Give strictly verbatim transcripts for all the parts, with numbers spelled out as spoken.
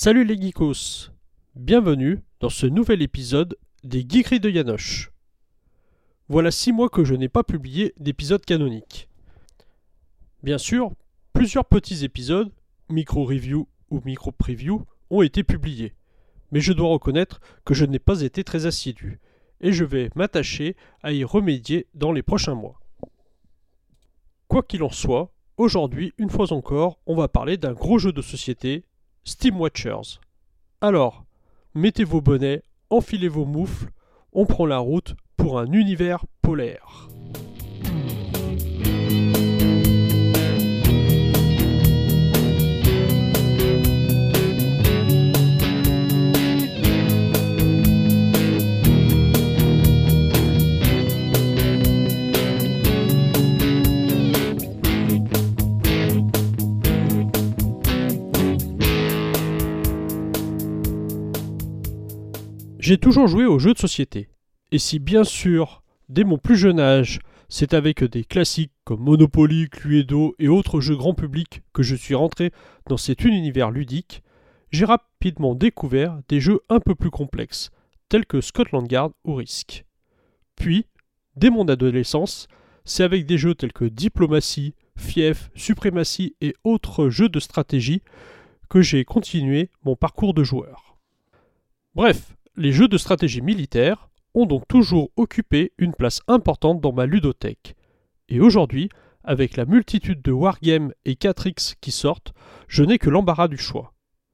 Salut les geekos, bienvenue dans ce nouvel épisode des Geekeries de Yanoche. Voilà six mois que je n'ai pas publié d'épisode canonique. Bien sûr, plusieurs petits épisodes, micro-review ou micro-preview, ont été publiés, mais je dois reconnaître que je n'ai pas été très assidu, et je vais m'attacher à y remédier dans les prochains mois. Quoi qu'il en soit, aujourd'hui, une fois encore, on va parler d'un gros jeu de société, Steam Watchers. Alors, mettez vos bonnets, enfilez vos moufles, on prend la route pour un univers polaire. J'ai toujours joué aux jeux de société, et si bien sûr, dès mon plus jeune âge, c'est avec des classiques comme Monopoly, Cluedo et autres jeux grand public que je suis rentré dans cet univers ludique, j'ai rapidement découvert des jeux un peu plus complexes, tels que Scotland Yard ou Risk. Puis, dès mon adolescence, c'est avec des jeux tels que Diplomatie, Fief, Suprématie et autres jeux de stratégie que j'ai continué mon parcours de joueur. Bref, les jeux de stratégie militaire ont donc toujours occupé une place importante dans ma ludothèque. Et aujourd'hui, avec la multitude de wargames et quatre X qui sortent, je n'ai que l'embarras du choix.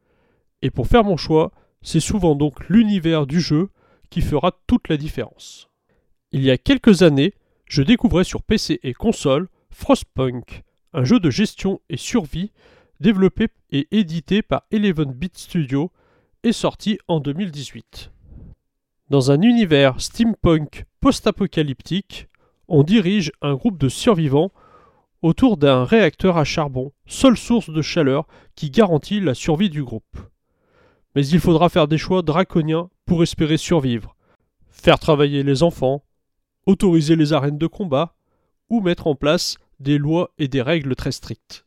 Et pour faire mon choix, c'est souvent donc l'univers du jeu qui fera toute la différence. Il y a quelques années, je découvrais sur P C et console Frostpunk, un jeu de gestion et survie développé et édité par eleven bit Studio et sorti en deux mille dix-huit. Dans un univers steampunk post-apocalyptique, on dirige un groupe de survivants autour d'un réacteur à charbon, seule source de chaleur qui garantit la survie du groupe. Mais il faudra faire des choix draconiens pour espérer survivre, faire travailler les enfants, autoriser les arènes de combat ou mettre en place des lois et des règles très strictes.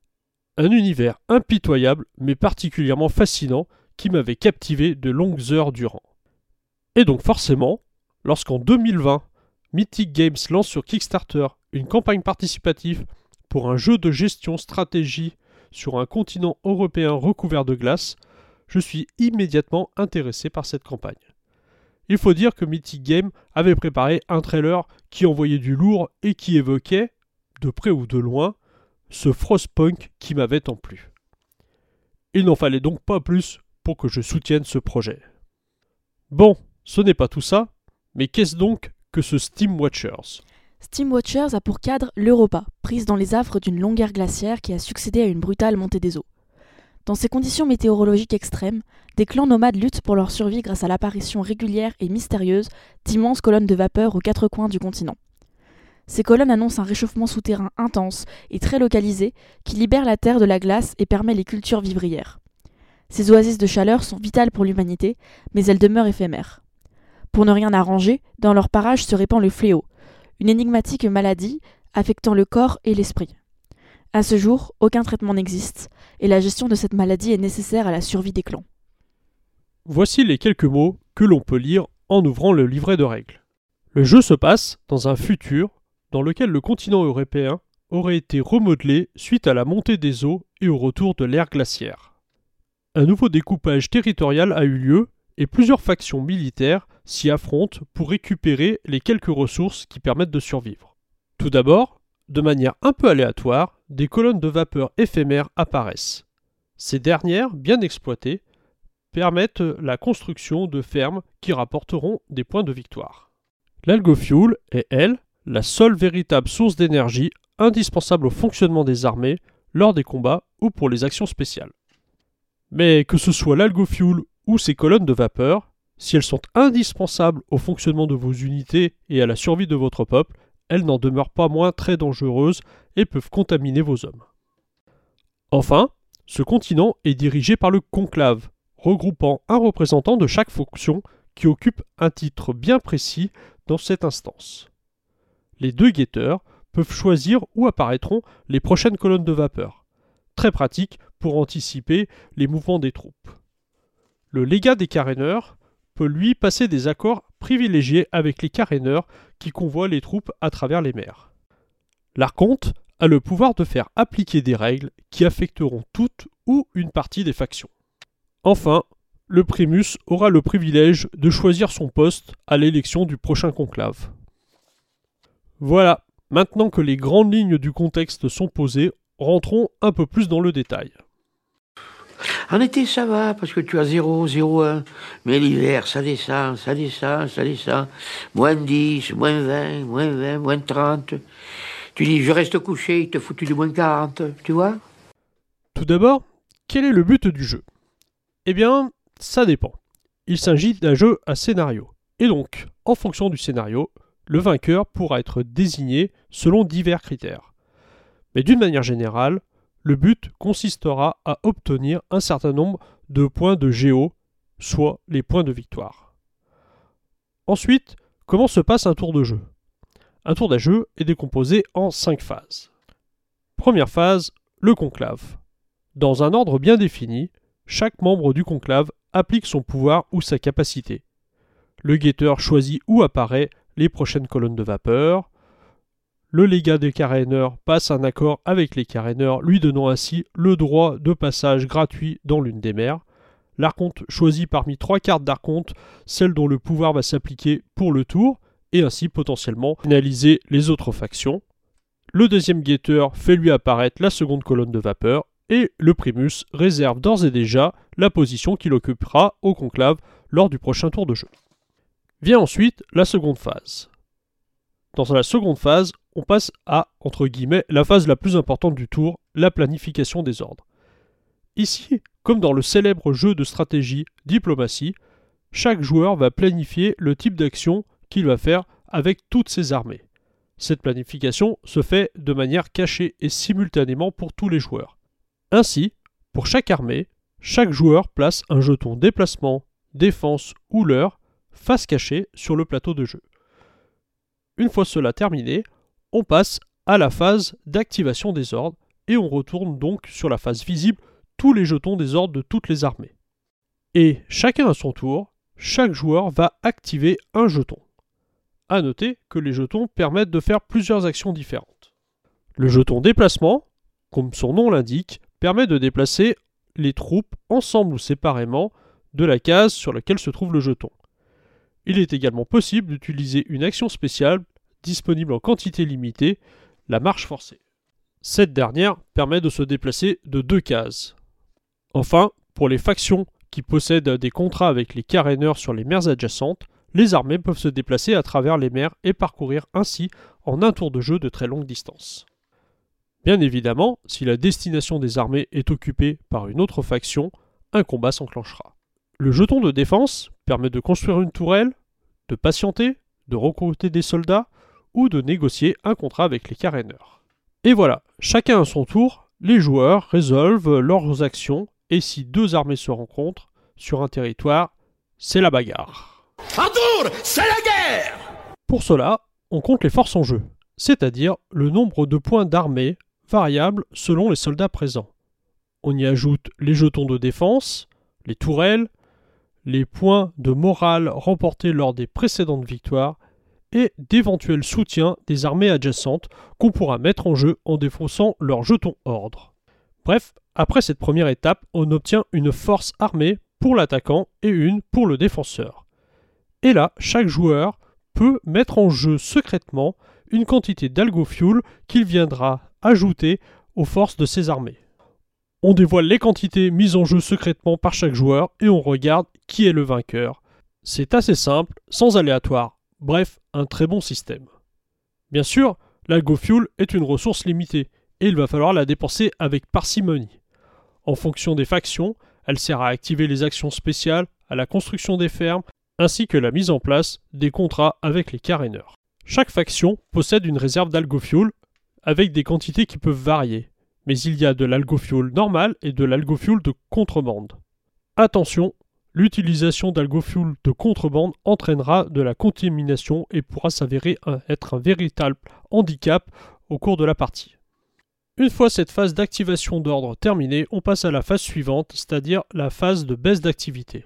Un univers impitoyable mais particulièrement fascinant qui m'avait captivé de longues heures durant. Et donc forcément, lorsqu'en deux mille vingt, Mythic Games lance sur Kickstarter une campagne participative pour un jeu de gestion stratégie sur un continent européen recouvert de glace, je suis immédiatement intéressé par cette campagne. Il faut dire que Mythic Games avait préparé un trailer qui envoyait du lourd et qui évoquait, de près ou de loin, ce Frostpunk qui m'avait tant plu. Il n'en fallait donc pas plus pour que je soutienne ce projet. Bon, ce n'est pas tout ça, mais qu'est-ce donc que ce Steam Watchers ? Steam Watchers a pour cadre l'Europa, prise dans les affres d'une longue guerre glaciaire qui a succédé à une brutale montée des eaux. Dans ces conditions météorologiques extrêmes, des clans nomades luttent pour leur survie grâce à l'apparition régulière et mystérieuse d'immenses colonnes de vapeur aux quatre coins du continent. Ces colonnes annoncent un réchauffement souterrain intense et très localisé qui libère la Terre de la glace et permet les cultures vivrières. Ces oasis de chaleur sont vitales pour l'humanité, mais elles demeurent éphémères. Pour ne rien arranger, dans leur parage se répand le fléau, une énigmatique maladie affectant le corps et l'esprit. À ce jour, aucun traitement n'existe, et la gestion de cette maladie est nécessaire à la survie des clans. Voici les quelques mots que l'on peut lire en ouvrant le livret de règles. Le jeu se passe dans un futur dans lequel le continent européen aurait été remodelé suite à la montée des eaux et au retour de l'ère glaciaire. Un nouveau découpage territorial a eu lieu et plusieurs factions militaires s'y affrontent pour récupérer les quelques ressources qui permettent de survivre. Tout d'abord, de manière un peu aléatoire, des colonnes de vapeur éphémères apparaissent. Ces dernières, bien exploitées, permettent la construction de fermes qui rapporteront des points de victoire. L'algofuel est, elle, la seule véritable source d'énergie indispensable au fonctionnement des armées lors des combats ou pour les actions spéciales. Mais que ce soit l'algofuel ou ces colonnes de vapeur, si elles sont indispensables au fonctionnement de vos unités et à la survie de votre peuple, elles n'en demeurent pas moins très dangereuses et peuvent contaminer vos hommes. Enfin, ce continent est dirigé par le conclave, regroupant un représentant de chaque fonction qui occupe un titre bien précis dans cette instance. Les deux guetteurs peuvent choisir où apparaîtront les prochaines colonnes de vapeur. Très pratique pour anticiper les mouvements des troupes. le légat des caréneurs peut lui passer des accords privilégiés avec les caréneurs qui convoient les troupes à travers les mers. L'archonte a le pouvoir de faire appliquer des règles qui affecteront toute ou une partie des factions. Enfin, le primus aura le privilège de choisir son poste à l'élection du prochain conclave. Voilà, maintenant que les grandes lignes du contexte sont posées, rentrons un peu plus dans le détail. En été, ça va, parce que tu as zéro, zéro, un. Mais l'hiver, ça descend, ça descend, ça descend. moins dix, moins vingt, moins vingt, moins trente. Tu dis, je reste couché, il te foutu du moins quarante, tu vois? Tout d'abord, quel est le but du jeu? Eh bien, ça dépend. Il s'agit d'un jeu à scénario. Et donc, en fonction du scénario, le vainqueur pourra être désigné selon divers critères. Mais d'une manière générale, le but consistera à obtenir un certain nombre de points de géo, soit les points de victoire. Ensuite, comment se passe un tour de jeu? Un tour de jeu est décomposé en cinq phases. Première phase, le conclave. Dans un ordre bien défini, chaque membre du conclave applique son pouvoir ou sa capacité. Le guetteur choisit où apparaît les prochaines colonnes de vapeur. Le légat des caréneurs passe un accord avec les caréneurs, lui donnant ainsi le droit de passage gratuit dans l'une des mers. L'archonte choisit parmi trois cartes d'archonte celle dont le pouvoir va s'appliquer pour le tour, et ainsi potentiellement finaliser les autres factions. Le deuxième guetteur fait lui apparaître la seconde colonne de vapeur, et le primus réserve d'ores et déjà la position qu'il occupera au conclave lors du prochain tour de jeu. Vient ensuite la seconde phase. Dans la seconde phase, on passe à, entre guillemets, la phase la plus importante du tour, la planification des ordres. Ici, comme dans le célèbre jeu de stratégie Diplomatie, chaque joueur va planifier le type d'action qu'il va faire avec toutes ses armées. Cette planification se fait de manière cachée et simultanément pour tous les joueurs. Ainsi, pour chaque armée, chaque joueur place un jeton déplacement, défense ou leurre face cachée sur le plateau de jeu. Une fois cela terminé, on passe à la phase d'activation des ordres et on retourne donc sur la phase visible tous les jetons des ordres de toutes les armées. Et chacun à son tour, chaque joueur va activer un jeton. A noter que les jetons permettent de faire plusieurs actions différentes. Le jeton déplacement, comme son nom l'indique, permet de déplacer les troupes ensemble ou séparément de la case sur laquelle se trouve le jeton. Il est également possible d'utiliser une action spéciale disponible en quantité limitée, la marche forcée. Cette dernière permet de se déplacer de deux cases. Enfin, pour les factions qui possèdent des contrats avec les caréneurs sur les mers adjacentes, les armées peuvent se déplacer à travers les mers et parcourir ainsi en un tour de jeu de très longue distance. Bien évidemment, si la destination des armées est occupée par une autre faction, un combat s'enclenchera. Le jeton de défense permet de construire une tourelle, de patienter, de recruter des soldats ou de négocier un contrat avec les caréneurs. Et voilà, chacun à son tour, les joueurs résolvent leurs actions et si deux armées se rencontrent sur un territoire, c'est la bagarre. En tour, c'est la guerre! Pour cela, on compte les forces en jeu, c'est-à-dire le nombre de points d'armée variable selon les soldats présents. On y ajoute les jetons de défense, les tourelles, les points de morale remportés lors des précédentes victoires et d'éventuels soutiens des armées adjacentes qu'on pourra mettre en jeu en défaussant leurs jetons ordre. Bref, après cette première étape, on obtient une force armée pour l'attaquant et une pour le défenseur. Et là, chaque joueur peut mettre en jeu secrètement une quantité d'algofuel qu'il viendra ajouter aux forces de ses armées. On dévoile les quantités mises en jeu secrètement par chaque joueur et on regarde qui est le vainqueur. C'est assez simple, sans aléatoire. Bref, un très bon système. Bien sûr, l'algofuel est une ressource limitée et il va falloir la dépenser avec parcimonie. En fonction des factions, elle sert à activer les actions spéciales, à la construction des fermes, ainsi que la mise en place des contrats avec les caréneurs. Chaque faction possède une réserve d'algofuel avec des quantités qui peuvent varier, mais il y a de l'algofuel normal et de l'algofuel de contrebande. Attention, l'utilisation d'algofuel de contrebande entraînera de la contamination et pourra s'avérer être un véritable handicap au cours de la partie. Une fois cette phase d'activation d'ordre terminée, on passe à la phase suivante, c'est-à-dire la phase de baisse d'activité.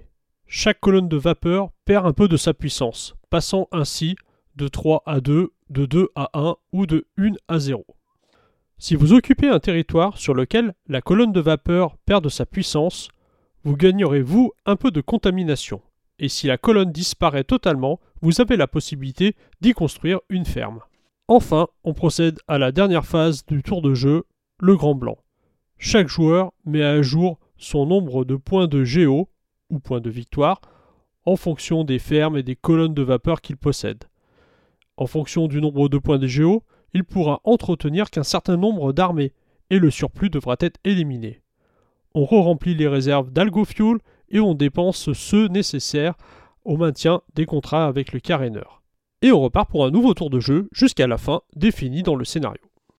chaque colonne de vapeur perd un peu de sa puissance, passant ainsi de trois à deux, de deux à un ou de un à zéro. Si vous occupez un territoire sur lequel la colonne de vapeur perd de sa puissance, vous gagnerez vous un peu de contamination. Et si la colonne disparaît totalement, vous avez la possibilité d'y construire une ferme. Enfin, on procède à la dernière phase du tour de jeu, le grand blanc. Chaque joueur met à jour son nombre de points de géo, ou points de victoire, en fonction des fermes et des colonnes de vapeur qu'il possède. En fonction du nombre de points de géo, il pourra entretenir qu'un certain nombre d'armées, et le surplus devra être éliminé. On re-remplit les réserves d'algofuel et on dépense ceux nécessaires au maintien des contrats avec le caréneur. Et on repart pour un nouveau tour de jeu jusqu'à la fin définie dans le scénario.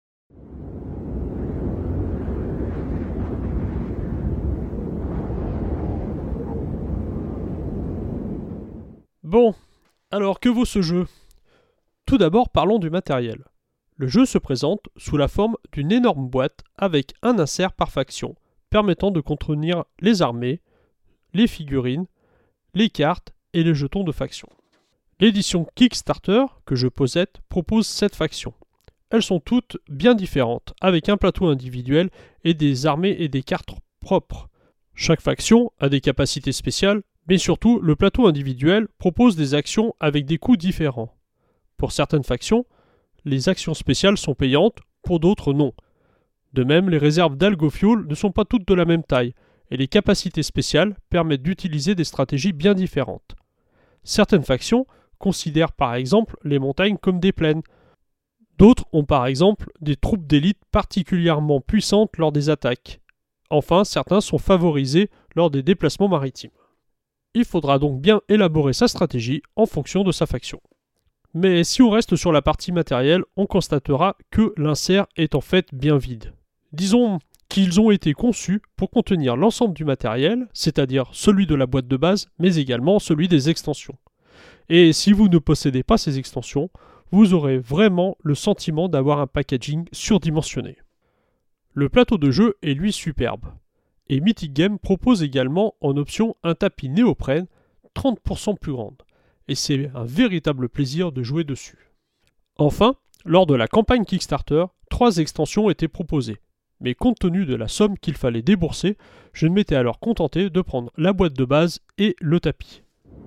Bon, alors que vaut ce jeu ? Tout d'abord parlons du matériel. Le jeu se présente sous la forme d'une énorme boîte avec un insert par faction, permettant de contenir les armées, les figurines, les cartes et les jetons de faction. L'édition Kickstarter que je possède propose sept factions. Elles sont toutes bien différentes, avec un plateau individuel et des armées et des cartes propres. Chaque faction a des capacités spéciales, mais surtout le plateau individuel propose des actions avec des coûts différents. Pour certaines factions, les actions spéciales sont payantes, pour d'autres non. De même, les réserves d'algofuel ne sont pas toutes de la même taille, et les capacités spéciales permettent d'utiliser des stratégies bien différentes. Certaines factions considèrent par exemple les montagnes comme des plaines. D'autres ont par exemple des troupes d'élite particulièrement puissantes lors des attaques. Enfin, certains sont favorisés lors des déplacements maritimes. Il faudra donc bien élaborer sa stratégie en fonction de sa faction. Mais si on reste sur la partie matérielle, on constatera que l'insert est en fait bien vide. Disons qu'ils ont été conçus pour contenir l'ensemble du matériel, c'est-à-dire celui de la boîte de base, mais également celui des extensions. Et si vous ne possédez pas ces extensions, vous aurez vraiment le sentiment d'avoir un packaging surdimensionné. Le plateau de jeu est lui superbe. Et Mythic Games propose également en option un tapis néoprène trente pour cent plus grande. Et c'est un véritable plaisir de jouer dessus. Enfin, lors de la campagne Kickstarter, trois extensions étaient proposées. Mais compte tenu de la somme qu'il fallait débourser, je m'étais alors contenté de prendre la boîte de base et le tapis.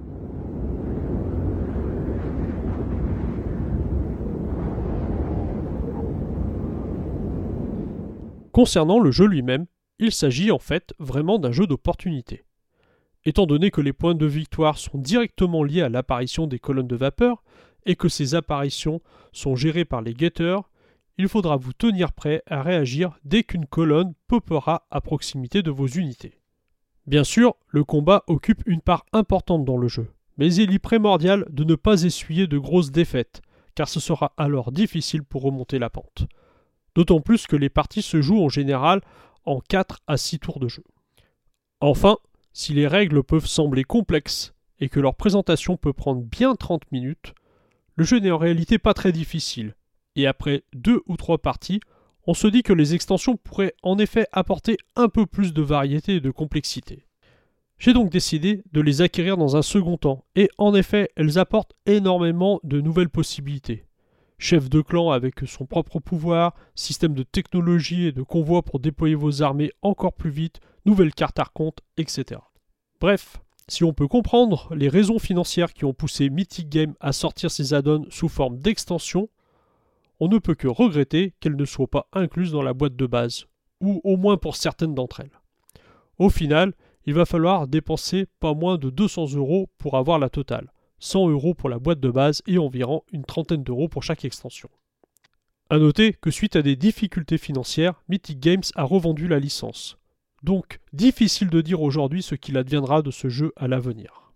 Concernant le jeu lui-même, il s'agit en fait vraiment d'un jeu d'opportunité. Étant donné que les points de victoire sont directement liés à l'apparition des colonnes de vapeur et que ces apparitions sont gérées par les getters, il faudra vous tenir prêt à réagir dès qu'une colonne popera à proximité de vos unités. Bien sûr, le combat occupe une part importante dans le jeu, mais il est primordial de ne pas essuyer de grosses défaites, car ce sera alors difficile pour remonter la pente. D'autant plus que les parties se jouent en général en quatre à six tours de jeu. Enfin, si les règles peuvent sembler complexes et que leur présentation peut prendre bien trente minutes, le jeu n'est en réalité pas très difficile, et après deux ou trois parties, on se dit que les extensions pourraient en effet apporter un peu plus de variété et de complexité. J'ai donc décidé de les acquérir dans un second temps, et en effet, elles apportent énormément de nouvelles possibilités. Chef de clan avec son propre pouvoir, système de technologie et de convoi pour déployer vos armées encore plus vite, nouvelles cartes archontes, et cetera. Bref, si on peut comprendre les raisons financières qui ont poussé Mythic Games à sortir ces add-ons sous forme d'extension, on ne peut que regretter qu'elles ne soient pas incluses dans la boîte de base, ou au moins pour certaines d'entre elles. Au final, il va falloir dépenser pas moins de deux cents euros pour avoir la totale, cent euros pour la boîte de base et environ une trentaine d'euros pour chaque extension. A noter que suite à des difficultés financières, Mythic Games a revendu la licence. Donc, difficile de dire aujourd'hui ce qu'il adviendra de ce jeu à l'avenir.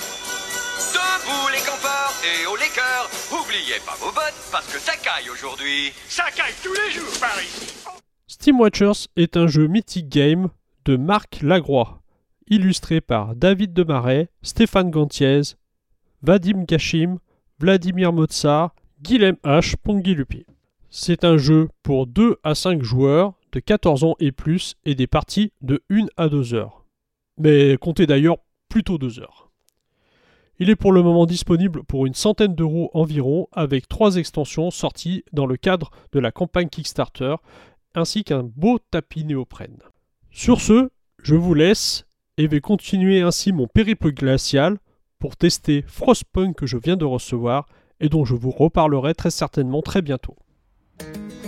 Debout les campeurs et haut les cœurs. Oubliez pas vos bottes parce que ça caille aujourd'hui. Ça caille tous les jours par ici. Steam Watchers est un jeu Mythic Games de Marc Lagroix, illustré par David Demarais, Stéphane Gantiez, Vadim Gashim, Vladimir Mozart, Guilhem H. Ponguilupi. C'est un jeu pour deux à cinq joueurs de quatorze ans et plus et des parties de une à deux heures. Mais comptez d'ailleurs plutôt deux heures. Il est pour le moment disponible pour une centaine d'euros environ avec trois extensions sorties dans le cadre de la campagne Kickstarter ainsi qu'un beau tapis néoprène. Sur ce, je vous laisse et vais continuer ainsi mon périple glacial pour tester Frostpunk que je viens de recevoir et dont je vous reparlerai très certainement très bientôt.